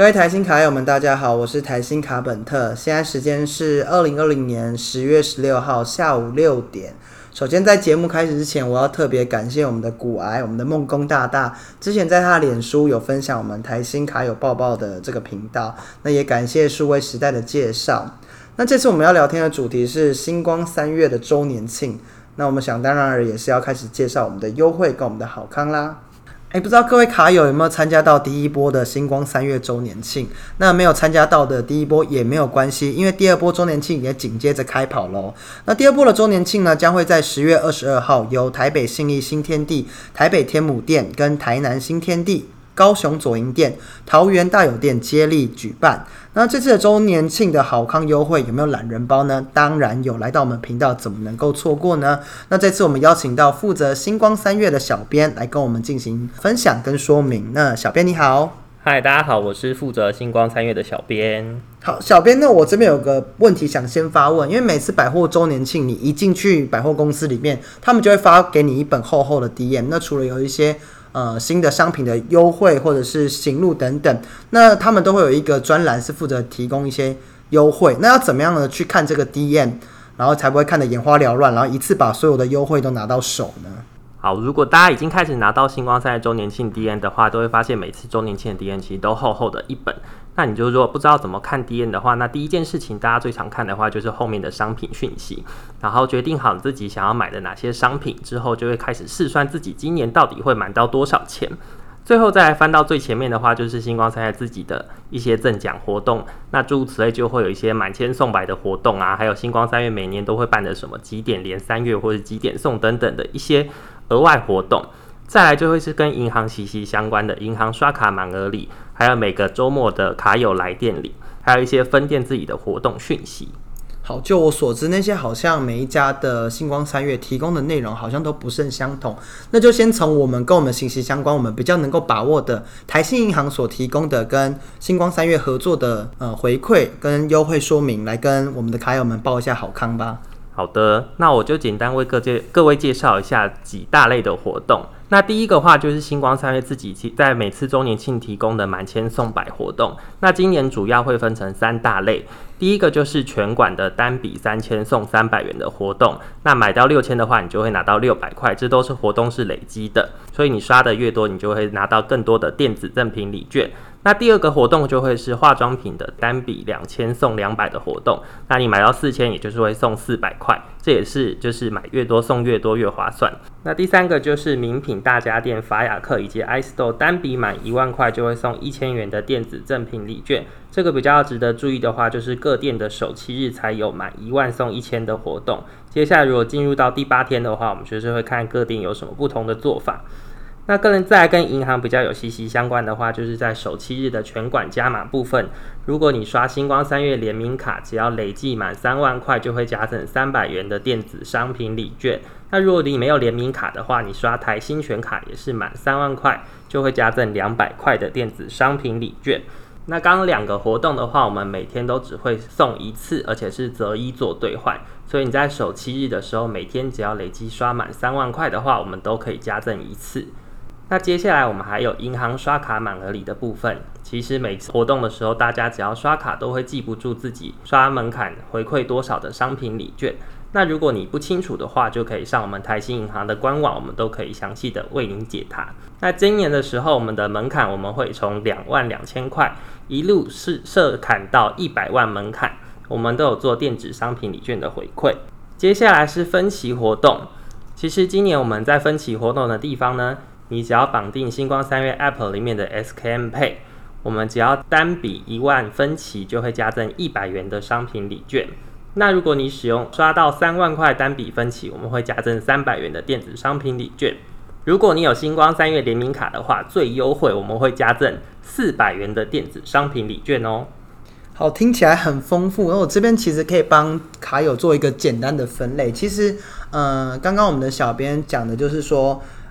各位台新卡友们，大家好，我是台新卡本特。现在时间是2020年10月16号下午6点。首先，在节目开始之前，我要特别感谢我们的股癌，我们的梦工大大，之前在他的脸书有分享我们台新卡友报报的这个频道。那也感谢数位时代的介绍。那这次我们要聊天的主题是星光3月的周年庆。那我们想当然而也是要开始介绍我们的优惠跟我们的好康啦。不知道各位卡友有没有参加到第一波的星光3月周年庆？那没有参加到的第一波也没有关系，因为第二波周年庆也紧接着开跑咯。那第二波的周年庆呢，将会在10月22号由台北信义新天地、台北天母店跟台南新天地、高雄左营店、桃园大有店接力举办。那这次的周年庆的好康优惠有没有懒人包呢？当然有，来到我们频道怎么能够错过呢？那这次我们邀请到负责星光3月的小编来跟我们进行分享跟说明。那小编你好。 嗨，大家好，我是负责星光3月的小编。 好，小编呢，我这边有个问题想先发问，因为每次百货周年庆，你一进去百货公司里面，他们就会发给你一本厚厚的 DM。那除了有一些新的商品的优惠或者是行路等等，那他们都会有一个专栏是负责提供一些优惠。那要怎么样的去看这个 DM， 然后才不会看得眼花缭乱，然后一次把所有的优惠都拿到手呢？ 好，如果大家已经开始拿到星光3月周年庆 DM 的话，都会发现每次周年庆的 DM 其实都厚厚的一本。那你就如果不知道怎么看 DM 的话，那第一件事情大家最常看的话就是后面的商品讯息，然后决定好自己想要买的哪些商品之后，就会开始试算自己今年到底会买到多少钱。最后再来翻到最前面的话，就是星光3月自己的一些赠奖活动，那诸如此类就会有一些满千送百的活动啊，还有星光3月每年都会办的什么几点连3月或者几点送等等的一些额外活动。再来就会是跟银行息息相关的银行刷卡满额礼，还有每个周末的卡友来店礼，还有一些分店自己的活动讯息。 好，就我所知，那些好像每一家的星光3月提供的内容好像都不甚相同。那就先从我们跟我们息息相关，我们比较能够把握的台新银行所提供的跟星光3月合作的回馈跟优惠说明，来跟我们的卡友们报一下好康吧。 好的，那我就简单为各位介绍一下几大类的活动。那第一个话就是星光3月自己在每次周年庆提供的满千送百活动。那今年主要会分成3大类。第一个就是全馆的单笔3000送300元的活动。那买到6000的话，你就会拿到600块，这都是活动是累积的，所以你刷的越多，你就会拿到更多的电子赠品礼券。那第二个活动就会是化妆品的单笔2000送200的活动，那你买到4000，也就是会送400块，这也是就是买越多送越多越划算。那第三个就是名品大家电法雅克以及 iStore 单笔满1万块就会送1000元的电子赠品礼券。这个比较值得注意的话，就是各店的首7日才有满1万送1000的活动。接下来如果进入到第8天的话，我们就是会看各店有什么不同的做法。那再来跟银行比较有息息相关的话，就是在首7日的全馆加码部分，如果你刷星光3月联名卡，只要累计满3万块，就会加赠300元的电子商品礼券。那如果你没有联名卡的话，你刷台新全卡也是满3万块，就会加赠200块的电子商品礼券。那刚刚2个活动的话，我们每天都只会送1次，而且是择一做兑换，所以你在首7日的时候，每天只要累计刷满3万块的话，我们都可以加赠1次。那接下来我们还有银行刷卡满额礼的部分。其实每次活动的时候，大家只要刷卡都会记不住自己刷门槛回馈多少的商品礼券。那如果你不清楚的话，就可以上我们台新银行的官网，我们都可以详细的为您解答。那今年的时候，我们的门槛我们会从22000块一路设砍到100万门槛，我们都有做电子商品礼券的回馈。接下来是分期活动。其实今年我们在分期活动的地方呢，你只要绑定星光3月 App 里面的 SKM Pay， 我们只要单笔1万分期就会加赠100元的商品礼券。那如果你使用刷到3万块单笔分期，我们会加赠300元的电子商品礼券。如果你有星光3月联名卡的话，最优惠我们会加赠400元的电子商品礼券哦。 好，听起来很丰富。那我这边其实可以帮卡友做一个简单的分类。其实，刚刚我们的小编讲的就是说，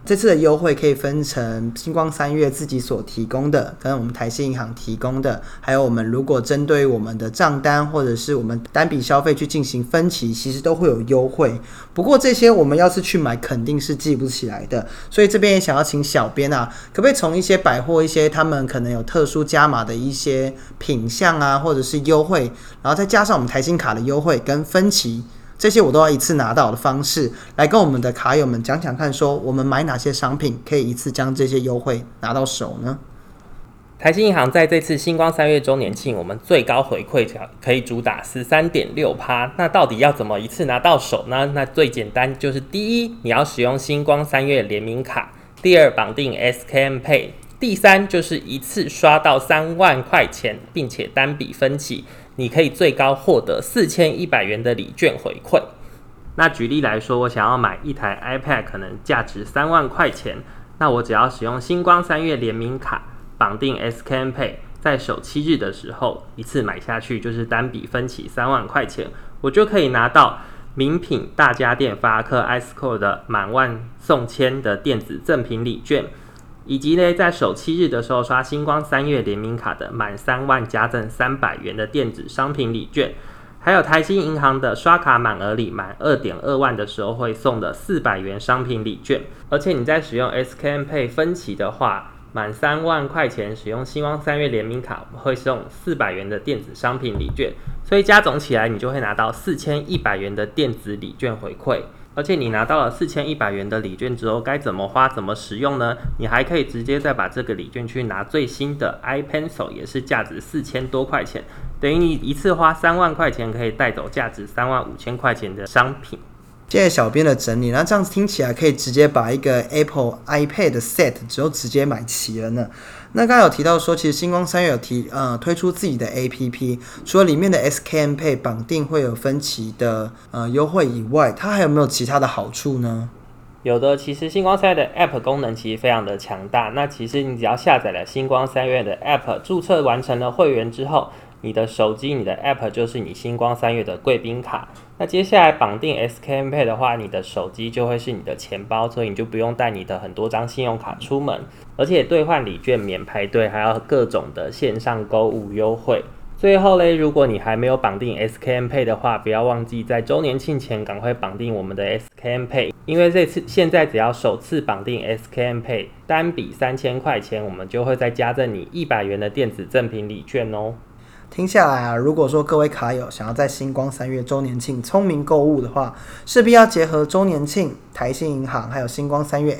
这次的优惠可以分成星光三月自己所提供的，跟我们台新银行提供的，还有我们如果针对我们的账单或者是我们单笔消费去进行分期，其实都会有优惠。不过这些我们要是去买肯定是记不起来的，所以这边也想要请小编啊，可不可以从一些百货一些他们可能有特殊加码的一些品项啊，或者是优惠，然后再加上我们台新卡的优惠跟分期，这些我都要一次拿到的方式，来跟我们的卡友们讲讲看，说我们买哪些商品可以一次将这些优惠拿到手呢？ 台新银行在这次星光3月周年庆，我们最高回馈可以主打 13.6%。那到底要怎么一次拿到手呢？那最简单就是第一，你要使用星光3月联名卡；第二，绑定 SKM Pay；第三，就是一次刷到3万块钱，并且单笔分期。你可以最高获得4100元的礼券回馈。那举例来说，我想要买一台 iPad， 可能价值3万块钱，那我只要使用星光3月联名卡，绑定 SKM Pay， 在首7日的时候一次买下去，就是单笔分期3万块钱，我就可以拿到名品大家电法拉克 iScore 的满万送千的电子赠品礼券。以及呢，在首7日的时候刷星光3月联名卡的满3万加赠300元的电子商品礼券，还有台新银行的刷卡满额礼满 2.2 万的时候会送的400元商品礼券，而且你在使用 SKM Pay 分期的话，满3万块钱使用星光3月联名卡会送400元的电子商品礼券，所以加总起来你就会拿到4100元的电子礼券回馈。而且你拿到了4100元的礼券之后，该怎么花怎么使用呢？你还可以直接再把这个礼券去拿最新的 iPencil， 也是价值4000多块钱，等于你一次花3万块钱可以带走价值35000块钱的商品。 谢谢小编的整理，那这样子听起来可以直接把一个 Apple iPad 的 set 就直接买齐了呢。那刚才有提到说，其实星光3月有推出自己的 APP， 除了里面的 SKM Pay 绑定会有分期的优惠以外，它还有没有其他的好处呢？ 有的，其实星光3月的 App 功能其实非常的强大。那其实你只要下载了星光3月的 App， 注册完成了会员之后，你的手机、你的 App 就是你星光3月的贵宾卡。那接下来绑定 SKM Pay 的话，你的手机就会是你的钱包，所以你就不用带你的很多张信用卡出门，而且兑换礼券免排队，还有各种的线上购物优惠。最后嘞，如果你还没有绑定 SKM Pay 的话，不要忘记在周年庆前赶快绑定我们的 SKM Pay， 因为现在只要首次绑定 SKM Pay， 单笔3000块钱，我们就会再加赠你100元的电子赠品礼券哦。 听下来啊，如果说各位卡友想要在星光3月周年庆聪明购物的话，势必要结合周年庆、台新银行还有星光3月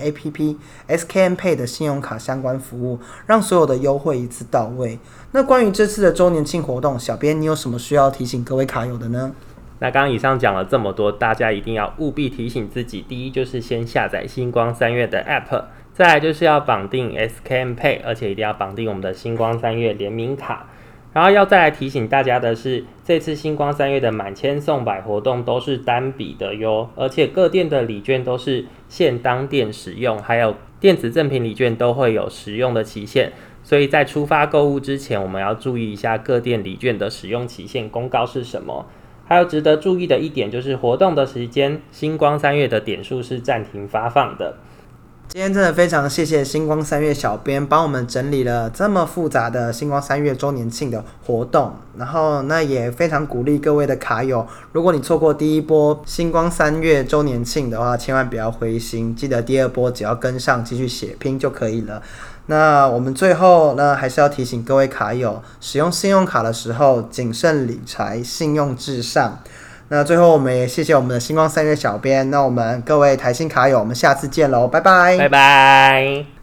APP、SKM Pay 的信用卡相关服务，让所有的优惠一次到位。那关于这次的周年庆活动，小编你有什么需要提醒各位卡友的呢？ 那刚刚以上讲了这么多，大家一定要务必提醒自己，第一就是先下载星光3月的 App， 再来就是要绑定 SKM Pay， 而且一定要绑定我们的星光3月联名卡。然后要再来提醒大家的是，这次星光3月的满千送百活动都是单笔的哟，而且各店的礼券都是现当店使用，还有电子赠品礼券都会有使用的期限，所以在出发购物之前，我们要注意一下各店礼券的使用期限公告是什么。还有值得注意的一点就是活动的时间，星光3月的点数是暂停发放的。 今天真的非常谢谢星光3月小编帮我们整理了这么复杂的星光3月周年庆的活动，然后那也非常鼓励各位的卡友，如果你错过第一波星光3月周年庆的话，千万不要灰心，记得第二波只要跟上继续血拼就可以了。那我们最后呢，还是要提醒各位卡友，使用信用卡的时候谨慎理财，信用至上。那最后我们也谢谢我们的星光3月小编，那我们各位台新卡友，我们下次见喽，拜拜， 拜拜。